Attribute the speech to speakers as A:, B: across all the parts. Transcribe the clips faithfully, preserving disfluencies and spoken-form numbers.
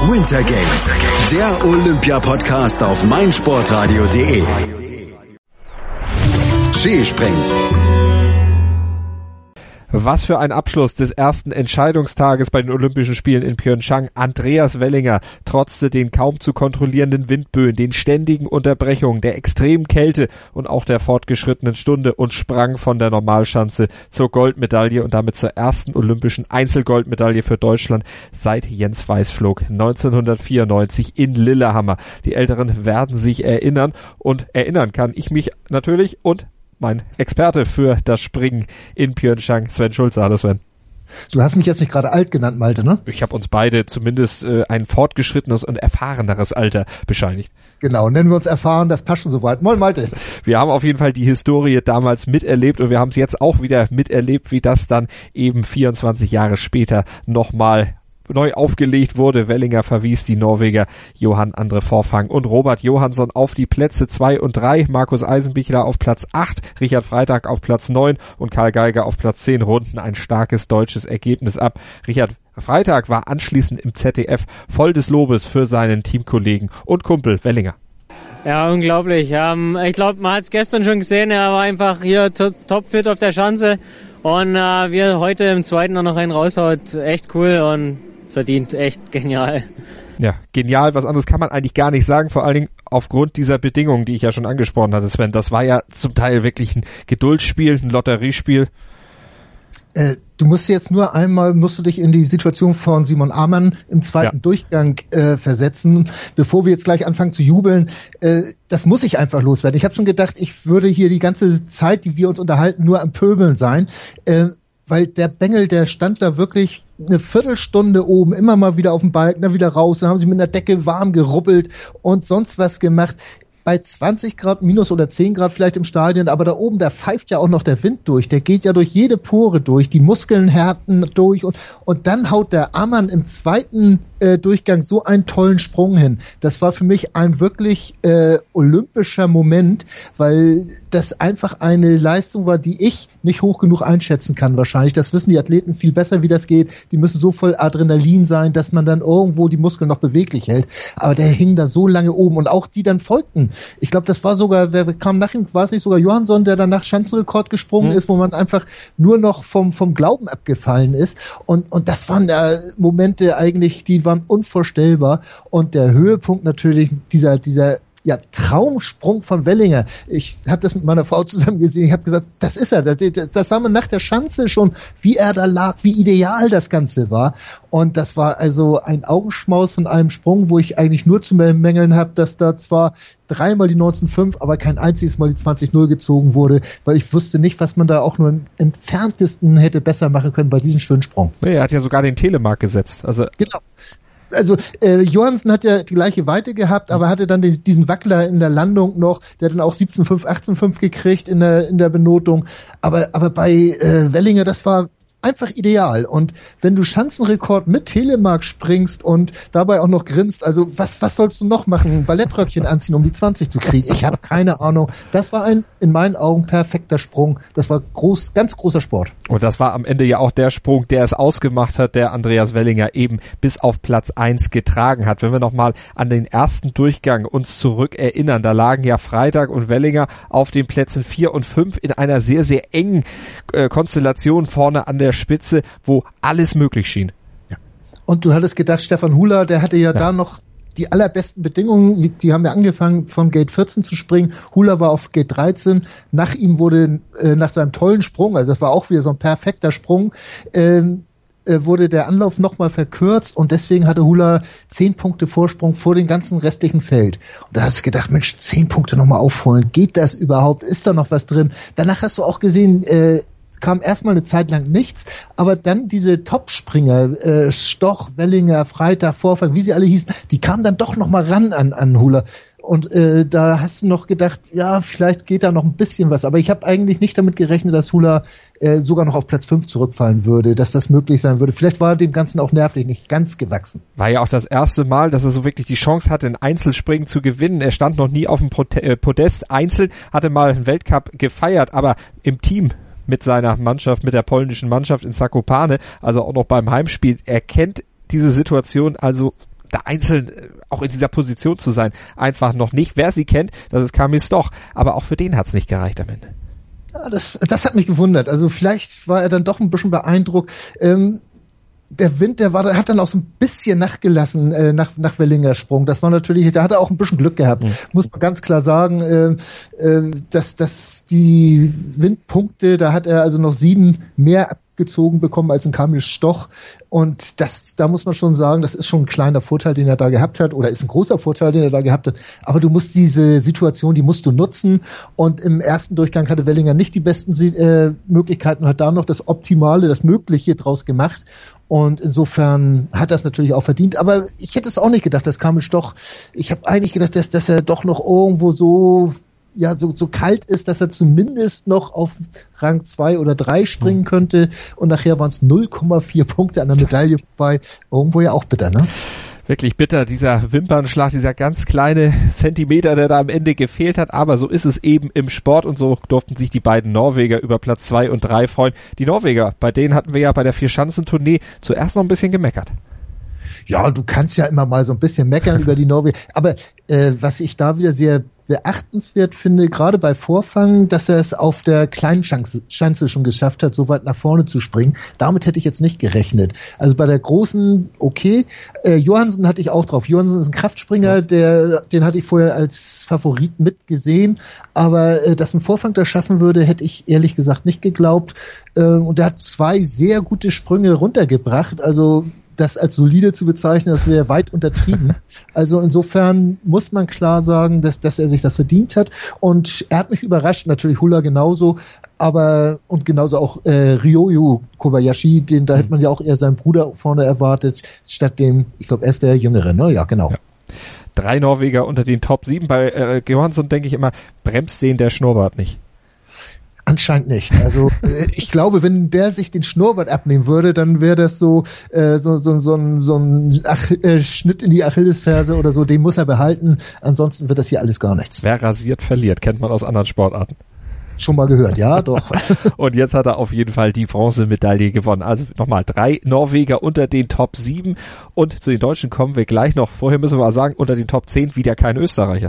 A: Winter Games, der Olympia-Podcast auf meinsportradio punkt de. Skispringen.
B: Was für ein Abschluss des ersten Entscheidungstages bei den Olympischen Spielen in Pyeongchang. Andreas Wellinger trotzte den kaum zu kontrollierenden Windböen, den ständigen Unterbrechungen, der extremen Kälte und auch der fortgeschrittenen Stunde und sprang von der Normalschanze zur Goldmedaille und damit zur ersten olympischen Einzelgoldmedaille für Deutschland seit Jens Weißflog neunzehnhundertvierundneunzig in Lillehammer. Die Älteren werden sich erinnern und erinnern kann ich mich natürlich und mein Experte für das Springen in Pyeongchang, Sven Schulze. Hallo Sven.
C: Du hast mich jetzt nicht gerade alt genannt, Malte, ne?
B: Ich habe uns beide zumindest äh, ein fortgeschrittenes und erfahreneres Alter bescheinigt.
C: Genau, nennen wir uns erfahren, das passt schon soweit. Moin Malte.
B: Wir haben auf jeden Fall die Historie damals miterlebt und wir haben es jetzt auch wieder miterlebt, wie das dann eben vierundzwanzig Jahre später nochmal neu aufgelegt wurde. Wellinger verwies die Norweger Johan Andre Forfang und Robert Johansson auf die Plätze zwei und drei, Markus Eisenbichler auf Platz acht, Richard Freitag auf Platz neun und Karl Geiger auf Platz zehn, runden ein starkes deutsches Ergebnis ab. Richard Freitag war anschließend im Z D F voll des Lobes für seinen Teamkollegen und Kumpel Wellinger.
D: Ja, unglaublich. Ähm, ich glaube, man hat es gestern schon gesehen, er war einfach hier to- topfit auf der Schanze und äh, wie er heute im zweiten noch einen raushaut, echt cool und verdient, echt genial.
B: Ja, genial, was anderes kann man eigentlich gar nicht sagen, vor allen Dingen aufgrund dieser Bedingungen, die ich ja schon angesprochen hatte, Sven. Das war ja zum Teil wirklich ein Geduldsspiel, ein Lotteriespiel.
C: Äh, du musst jetzt nur einmal, musst du dich in die Situation von Simon Amann im zweiten ja. Durchgang äh, versetzen, bevor wir jetzt gleich anfangen zu jubeln. Äh, das muss ich einfach loswerden. Ich habe schon gedacht, ich würde hier die ganze Zeit, die wir uns unterhalten, nur am Pöbeln sein, äh, weil der Bengel, der stand da wirklich eine Viertelstunde oben, immer mal wieder auf dem Balken, dann wieder raus, dann haben sie mit einer Decke warm gerubbelt und sonst was gemacht. Bei zwanzig Grad minus oder zehn Grad vielleicht im Stadion, aber da oben, da pfeift ja auch noch der Wind durch, der geht ja durch jede Pore durch, die Muskeln härten durch und, und dann haut der Amann im zweiten äh, Durchgang so einen tollen Sprung hin. Das war für mich ein wirklich äh, olympischer Moment, weil das einfach eine Leistung war, die ich nicht hoch genug einschätzen kann wahrscheinlich. Das wissen die Athleten viel besser, wie das geht. Die müssen so voll Adrenalin sein, dass man dann irgendwo die Muskeln noch beweglich hält. Aber der hing da so lange oben und auch die dann folgten. Ich glaube, das war sogar, wer kam nach ihm, war es nicht sogar Johansson, der dann nach Schanzenrekord gesprungen mhm. ist, wo man einfach nur noch vom vom Glauben abgefallen ist. Und und das waren äh, Momente eigentlich, die waren unvorstellbar. Und der Höhepunkt natürlich dieser dieser ja, Traumsprung von Wellinger. Ich habe das mit meiner Frau zusammen gesehen. Ich habe gesagt, das ist er. Das, das sah man nach der Schanze schon, wie er da lag, wie ideal das Ganze war. Und das war also ein Augenschmaus von einem Sprung, wo ich eigentlich nur zu bemängeln habe, dass da zwar dreimal die neunzehn Komma fünf, aber kein einziges Mal die zwanzig null gezogen wurde, weil ich wusste nicht, was man da auch nur im entferntesten hätte besser machen können bei diesem schönen Sprung.
B: Nee, er hat ja sogar den Telemark gesetzt. Also
C: genau. Also äh, Johansson hat ja die gleiche Weite gehabt, aber hatte dann die, diesen Wackler in der Landung noch, der hat dann auch siebzehn Komma fünf, achtzehn Komma fünf gekriegt in der in der Benotung. Aber aber bei äh, Wellinger, das war einfach ideal. Und wenn du Schanzenrekord mit Telemark springst und dabei auch noch grinst, also was was sollst du noch machen? Ein Ballettröckchen anziehen, um die zwanzig zu kriegen? Ich habe keine Ahnung. Das war ein in meinen Augen perfekter Sprung. Das war groß, ganz großer Sport.
B: Und das war am Ende ja auch der Sprung, der es ausgemacht hat, der Andreas Wellinger eben bis auf Platz eins getragen hat. Wenn wir nochmal an den ersten Durchgang uns zurück erinnern, da lagen ja Freitag und Wellinger auf den Plätzen vier und fünf in einer sehr, sehr engen äh, Konstellation vorne an der Spitze, wo alles möglich schien.
C: Ja. Und du hattest gedacht, Stefan Hula, der hatte ja, ja. da noch die allerbesten Bedingungen, die haben ja angefangen von Gate vierzehn zu springen, Hula war auf Gate dreizehn, nach ihm wurde, äh, nach seinem tollen Sprung, also das war auch wieder so ein perfekter Sprung, ähm, äh, wurde der Anlauf nochmal verkürzt und deswegen hatte Hula zehn Punkte Vorsprung vor dem ganzen restlichen Feld. Und da hast du gedacht, Mensch, zehn Punkte nochmal aufholen, geht das überhaupt, ist da noch was drin? Danach hast du auch gesehen, äh, kam erstmal eine Zeit lang nichts, aber dann diese Topspringer, äh, Stoch, Wellinger, Freitag, Vorfang, wie sie alle hießen, die kamen dann doch nochmal ran an, an Hula. Und äh, da hast du noch gedacht, ja, vielleicht geht da noch ein bisschen was. Aber ich habe eigentlich nicht damit gerechnet, dass Hula äh, sogar noch auf Platz fünf zurückfallen würde, dass das möglich sein würde. Vielleicht war dem Ganzen auch nervlich nicht ganz gewachsen.
B: War ja auch das erste Mal, dass er so wirklich die Chance hatte, ein Einzelspringen zu gewinnen. Er stand noch nie auf dem Podest einzeln, hatte mal einen Weltcup gefeiert, aber im Team mit seiner Mannschaft, mit der polnischen Mannschaft in Zakopane, also auch noch beim Heimspiel, er kennt diese Situation also da einzeln äh, auch in dieser Position zu sein, einfach noch nicht. Wer sie kennt, das ist Kamil Stoch, aber auch für den hat's nicht gereicht am Ende.
C: Ja, das, das hat mich gewundert. Also vielleicht war er dann doch ein bisschen beeindruckt. Ähm, der Wind, der war, der hat dann auch so ein bisschen nachgelassen äh, nach nach Wellinger Sprung. Das war natürlich, da hat er auch ein bisschen Glück gehabt, mhm. muss man ganz klar sagen. Äh, äh, dass dass die Windpunkte, da hat er also noch sieben mehr abgezogen bekommen als ein Kamil Stoch. Und das, da muss man schon sagen, das ist schon ein kleiner Vorteil, den er da gehabt hat, oder ist ein großer Vorteil, den er da gehabt hat. Aber du musst diese Situation, die musst du nutzen. Und im ersten Durchgang hatte Wellinger nicht die besten äh, Möglichkeiten und hat da noch das Optimale, das Mögliche draus gemacht. Und insofern hat er es natürlich auch verdient. Aber ich hätte es auch nicht gedacht, dass Kamil Stoch, ich habe eigentlich gedacht, dass, dass er doch noch irgendwo so, ja, so, so kalt ist, dass er zumindest noch auf Rang zwei oder drei springen könnte. Und nachher waren es null Komma vier Punkte an der Medaille vorbei. Irgendwo ja auch bitter, ne?
B: Wirklich bitter, dieser Wimpernschlag, dieser ganz kleine Zentimeter, der da am Ende gefehlt hat. Aber so ist es eben im Sport und so durften sich die beiden Norweger über Platz zwei und drei freuen. Die Norweger, bei denen hatten wir ja bei der Vierschanzentournee zuerst noch ein bisschen gemeckert.
C: Ja, du kannst ja immer mal so ein bisschen meckern über die Norweger. Aber äh, was ich da wieder sehr beachtenswert finde, gerade bei Vorfang, dass er es auf der kleinen Schanze, Schanze schon geschafft hat, so weit nach vorne zu springen. Damit hätte ich jetzt nicht gerechnet. Also bei der großen, okay, äh, Johansen hatte ich auch drauf. Johansen ist ein Kraftspringer, der, den hatte ich vorher als Favorit mitgesehen, aber äh, dass ein Vorfang das schaffen würde, hätte ich ehrlich gesagt nicht geglaubt. Äh, und er hat zwei sehr gute Sprünge runtergebracht, also das als solide zu bezeichnen, das wäre weit untertrieben. Also insofern muss man klar sagen, dass, dass er sich das verdient hat. Und er hat mich überrascht, natürlich Hula genauso, aber und genauso auch äh, Ryoyu Kobayashi, den da hätte man ja auch eher seinen Bruder vorne erwartet, statt dem, ich glaube, er ist der Jüngere, ne? Ja, genau. Ja.
B: Drei Norweger unter den Top sieben. Bei äh, Johansson denke ich immer, bremst den der Schnurrbart nicht.
C: Anscheinend nicht. Also ich glaube, wenn der sich den Schnurrbart abnehmen würde, dann wäre das so äh, so so so ein so ein Ach, äh, Schnitt in die Achillesferse oder so. Den muss er behalten. Ansonsten wird das hier alles gar nichts.
B: Wer rasiert, verliert. Kennt man aus anderen Sportarten.
C: Schon mal gehört, ja, doch.
B: Und jetzt hat er auf jeden Fall die Bronzemedaille gewonnen. Also nochmal drei Norweger unter den Top sieben. Und zu den Deutschen kommen wir gleich noch. Vorher müssen wir mal sagen, unter den Top zehn wieder kein Österreicher.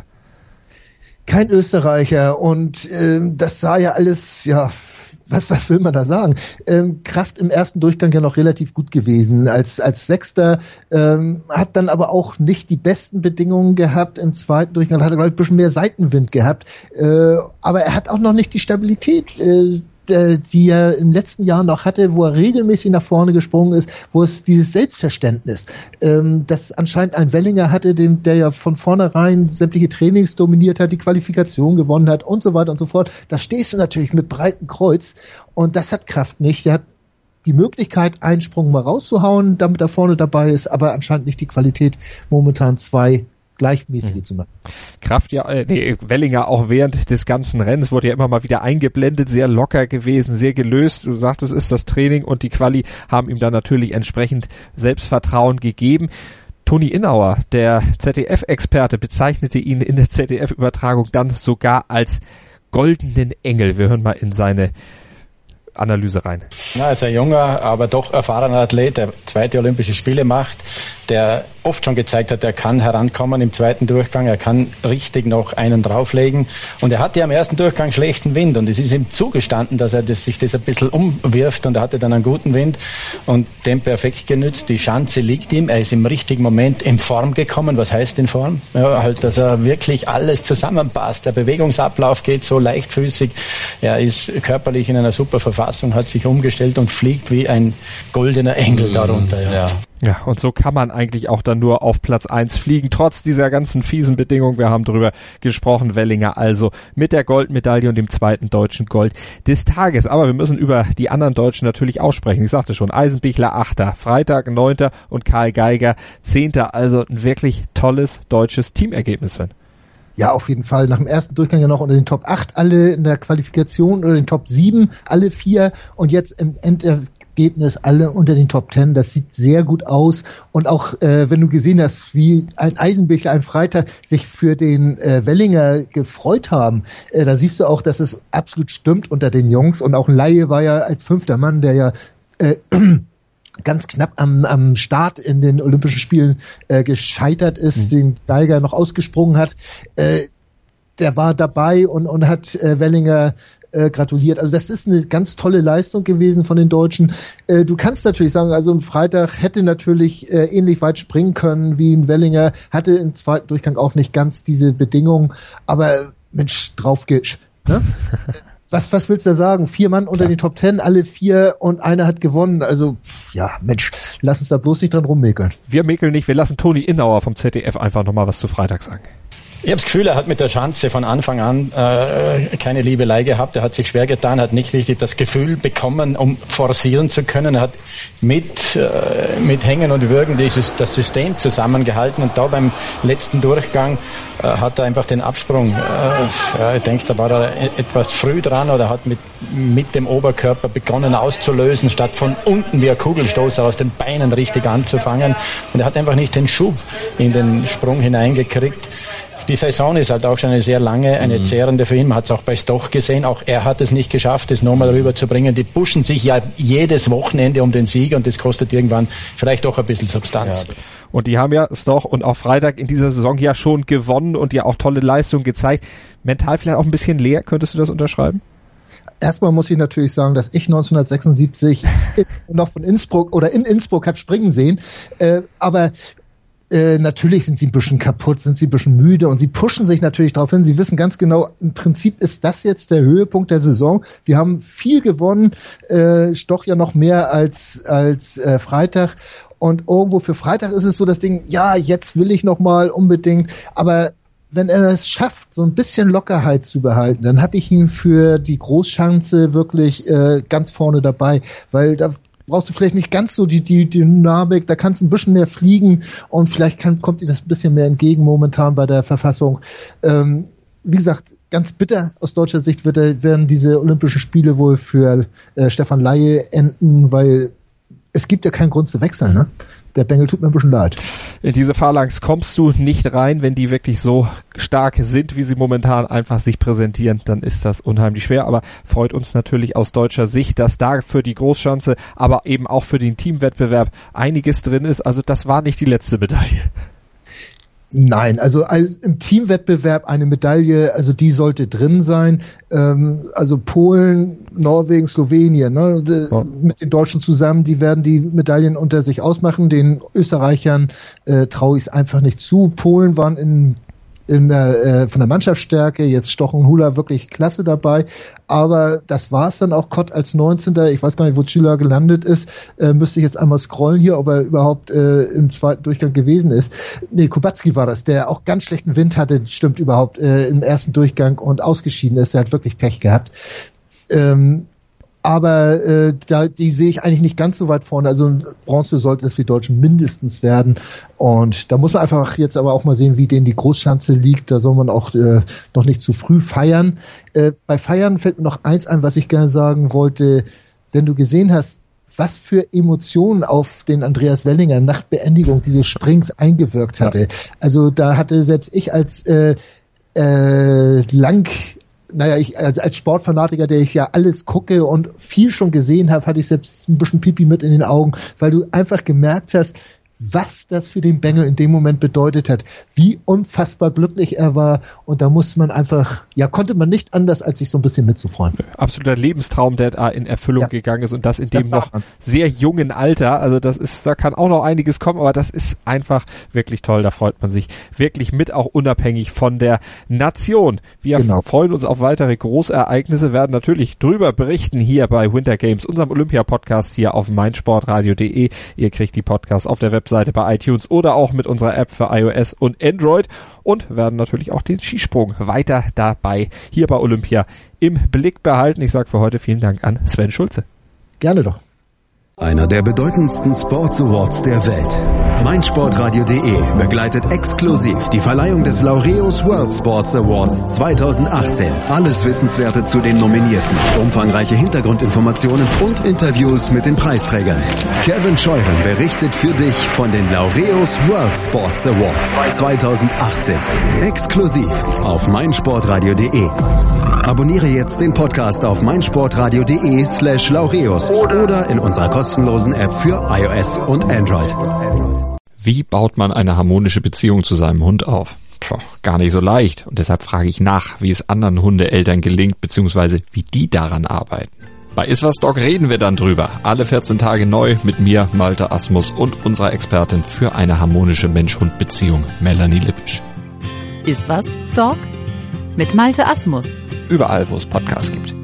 C: Kein Österreicher und ähm, das sah ja alles, ja, was was will man da sagen? Ähm, Kraft im ersten Durchgang ja noch relativ gut gewesen, als als Sechster, ähm, hat dann aber auch nicht die besten Bedingungen gehabt. Im zweiten Durchgang hat er, glaube ich, ein bisschen mehr Seitenwind gehabt, äh, aber er hat auch noch nicht die Stabilität, äh, die er im letzten Jahr noch hatte, wo er regelmäßig nach vorne gesprungen ist, wo es dieses Selbstverständnis, ähm, das anscheinend ein Wellinger hatte, dem, der ja von vornherein sämtliche Trainings dominiert hat, die Qualifikation gewonnen hat und so weiter und so fort. Da stehst du natürlich mit breitem Kreuz und das hat Kraft nicht. Der hat die Möglichkeit, einen Sprung mal rauszuhauen, damit er vorne dabei ist, aber anscheinend nicht die Qualität, momentan zwei gleichmäßige mhm. zu machen.
B: Kraft ja, äh, nee, Wellinger auch während des ganzen Rennens wurde ja immer mal wieder eingeblendet, sehr locker gewesen, sehr gelöst. Du sagtest, es ist das Training und die Quali haben ihm dann natürlich entsprechend Selbstvertrauen gegeben. Toni Innauer, der Z D F-Experte, bezeichnete ihn in der Z D F-Übertragung dann sogar als goldenen Engel. Wir hören mal in seine Analyse rein.
E: Ja, er ist ein junger, aber doch erfahrener Athlet, der zweite Olympische Spiele macht, der oft schon gezeigt hat, er kann herankommen im zweiten Durchgang, er kann richtig noch einen drauflegen und er hatte am ersten Durchgang schlechten Wind und es ist ihm zugestanden, dass er das, sich das ein bisschen umwirft und er hatte dann einen guten Wind und den perfekt genützt. Die Schanze liegt ihm, er ist im richtigen Moment in Form gekommen. Was heißt in Form? Ja, halt, dass er wirklich alles zusammenpasst. Der Bewegungsablauf geht so leichtfüßig, er ist körperlich in einer super Verfassung, hat sich umgestellt und fliegt wie ein goldener Engel darunter. Ja.
B: Ja. Ja, und so kann man eigentlich auch dann nur auf Platz eins fliegen, trotz dieser ganzen fiesen Bedingungen. Wir haben drüber gesprochen, Wellinger also mit der Goldmedaille und dem zweiten deutschen Gold des Tages. Aber wir müssen über die anderen Deutschen natürlich auch sprechen. Ich sagte schon, Eisenbichler Achter, Freitag Neunter und Karl Geiger Zehnter. Also ein wirklich tolles deutsches Teamergebnis, Sven.
C: Ja, auf jeden Fall. Nach dem ersten Durchgang ja noch unter den Top acht, alle in der Qualifikation oder den Top sieben, alle vier und jetzt im Endergebnis alle unter den Top zehn. Das sieht sehr gut aus und auch äh, wenn du gesehen hast, wie ein Eisenbichler, ein Freitag sich für den äh, Wellinger gefreut haben, äh, da siehst du auch, dass es absolut stimmt unter den Jungs und auch ein Laie war ja als fünfter Mann, der ja äh, ganz knapp am, am Start in den Olympischen Spielen äh, gescheitert ist, mhm. den Geiger noch ausgesprungen hat. Äh, der war dabei und, und hat äh, Wellinger äh, gratuliert. Also das ist eine ganz tolle Leistung gewesen von den Deutschen. Äh, du kannst natürlich sagen, also am Freitag hätte natürlich äh, ähnlich weit springen können wie ein Wellinger, hatte im zweiten Durchgang auch nicht ganz diese Bedingungen, aber Mensch, drauf geht's. Ne? Was, was willst du da sagen? Vier Mann unter den Top Ten, alle vier und einer hat gewonnen. Also, ja, Mensch, lass uns da bloß nicht dran rummäkeln.
B: Wir mäkeln nicht, wir lassen Toni Innauer vom Z D F einfach nochmal was zu Freitag sagen.
E: Ich habe das Gefühl, er hat mit der Schanze von Anfang an äh, keine Liebelei gehabt. Er hat sich schwer getan, hat nicht richtig das Gefühl bekommen, um forcieren zu können. Er hat mit äh, mit Hängen und Würgen dieses das System zusammengehalten und da beim letzten Durchgang äh, hat er einfach den Absprung. Äh, ja, ich denke, da war er etwas früh dran oder hat mit mit dem Oberkörper begonnen auszulösen, statt von unten wie ein Kugelstoßer aus den Beinen richtig anzufangen. Und er hat einfach nicht den Schub in den Sprung hineingekriegt. Die Saison ist halt auch schon eine sehr lange, eine mhm. zehrende für ihn. Man hat es auch bei Stoch gesehen. Auch er hat es nicht geschafft, es nochmal rüberzubringen. Die pushen sich ja jedes Wochenende um den Sieg und das kostet irgendwann vielleicht doch ein bisschen Substanz.
B: Ja. Und die haben ja Stoch und auch Freitag in dieser Saison ja schon gewonnen und ja auch tolle Leistungen gezeigt. Mental vielleicht auch ein bisschen leer. Könntest du das unterschreiben?
C: Erstmal muss ich natürlich sagen, dass ich neunzehnhundertsechsundsiebzig noch von Innsbruck oder in Innsbruck habe springen sehen. Äh, aber Äh, natürlich sind sie ein bisschen kaputt, sind sie ein bisschen müde und sie pushen sich natürlich darauf hin. Sie wissen ganz genau, im Prinzip ist das jetzt der Höhepunkt der Saison. Wir haben viel gewonnen, äh, Stoch ja noch mehr als als äh, Freitag. Und irgendwo für Freitag ist es so das Ding, ja, jetzt will ich noch mal unbedingt. Aber wenn er es schafft, so ein bisschen Lockerheit zu behalten, dann habe ich ihn für die Großschanze wirklich äh, ganz vorne dabei, weil da brauchst du vielleicht nicht ganz so die, die, die Dynamik, da kannst du ein bisschen mehr fliegen und vielleicht kann, kommt dir das ein bisschen mehr entgegen momentan bei der Verfassung. Ähm, wie gesagt, ganz bitter aus deutscher Sicht wird, werden diese Olympischen Spiele wohl für äh, Stefan Laie enden, weil es gibt ja keinen Grund zu wechseln, ne? Der Bengel tut mir ein bisschen leid.
B: In diese Phalanx kommst du nicht rein, wenn die wirklich so stark sind, wie sie momentan einfach sich präsentieren, dann ist das unheimlich schwer, aber freut uns natürlich aus deutscher Sicht, dass da für die Großschanze, aber eben auch für den Teamwettbewerb einiges drin ist, also das war nicht die letzte Medaille.
C: Nein, also im Teamwettbewerb eine Medaille, also die sollte drin sein. Ähm, also Polen, Norwegen, Slowenien, ne, ja. mit den Deutschen zusammen, die werden die Medaillen unter sich ausmachen. Den Österreichern äh, traue ich es einfach nicht zu. Polen waren in in der, äh, von der Mannschaftsstärke, jetzt Stoch und Hula wirklich klasse dabei, aber das war es dann auch. Kott als neunzehnter Ich weiß gar nicht, wo Schiller gelandet ist, äh, müsste ich jetzt einmal scrollen hier, ob er überhaupt äh, im zweiten Durchgang gewesen ist. Nee, Kubacki war das, der auch ganz schlechten Wind hatte, stimmt überhaupt, äh, im ersten Durchgang und ausgeschieden ist, der hat wirklich Pech gehabt. Ähm, Aber äh, da, die sehe ich eigentlich nicht ganz so weit vorne. Also Bronze sollte es für die Deutschen mindestens werden. Und da muss man einfach jetzt aber auch mal sehen, wie denen die Großschanze liegt. Da soll man auch äh, noch nicht zu früh feiern. Äh, bei Feiern fällt mir noch eins ein, was ich gerne sagen wollte. Wenn du gesehen hast, was für Emotionen auf den Andreas Wellinger nach Beendigung dieses Springs eingewirkt hatte. Ja. Also da hatte selbst ich als äh, äh, lang Naja, ich also als Sportfanatiker, der ich ja alles gucke und viel schon gesehen habe, hatte ich selbst ein bisschen Pipi mit in den Augen, weil du einfach gemerkt hast, was das für den Bengel in dem Moment bedeutet hat, wie unfassbar glücklich er war, und da muss man einfach, ja, konnte man nicht anders, als sich so ein bisschen mitzufreuen.
B: Absoluter Lebenstraum, der da in Erfüllung ja. gegangen ist, und das in dem das noch man. sehr jungen Alter, also das ist, da kann auch noch einiges kommen, aber das ist einfach wirklich toll, da freut man sich wirklich mit, auch unabhängig von der Nation. Wir genau. freuen uns auf weitere Großereignisse, werden natürlich drüber berichten hier bei Winter Games, unserem Olympia-Podcast hier auf meinsportradio punkt de. Ihr kriegt die Podcasts auf der Webseite bei iTunes oder auch mit unserer App für iOS und Android, und werden natürlich auch den Skisprung weiter dabei hier bei Olympia im Blick behalten. Ich sage für heute vielen Dank an Sven Schulze.
C: Gerne doch.
A: Einer der bedeutendsten Sports Awards der Welt. meinsportradio punkt de begleitet exklusiv die Verleihung des Laureus World Sports Awards zweitausendachtzehn. Alles Wissenswerte zu den Nominierten, umfangreiche Hintergrundinformationen und Interviews mit den Preisträgern. Kevin Scheuren berichtet für dich von den Laureus World Sports Awards zweitausendachtzehn. Exklusiv auf meinsportradio punkt de. Abonniere jetzt den Podcast auf meinsportradio.de slash Laureus oder in unserer kostenlosen App für iOS und Android.
B: Wie baut man eine harmonische Beziehung zu seinem Hund auf? Puh, gar nicht so leicht. Und deshalb frage ich nach, wie es anderen Hundeeltern gelingt, beziehungsweise wie die daran arbeiten. Bei Iswas Dog reden wir dann drüber. Alle vierzehn Tage neu mit mir, Malte Asmus, und unserer Expertin für eine harmonische Mensch-Hund-Beziehung, Melanie Lippisch.
F: Iswas Dog mit Malte Asmus.
B: Überall, wo es Podcasts gibt.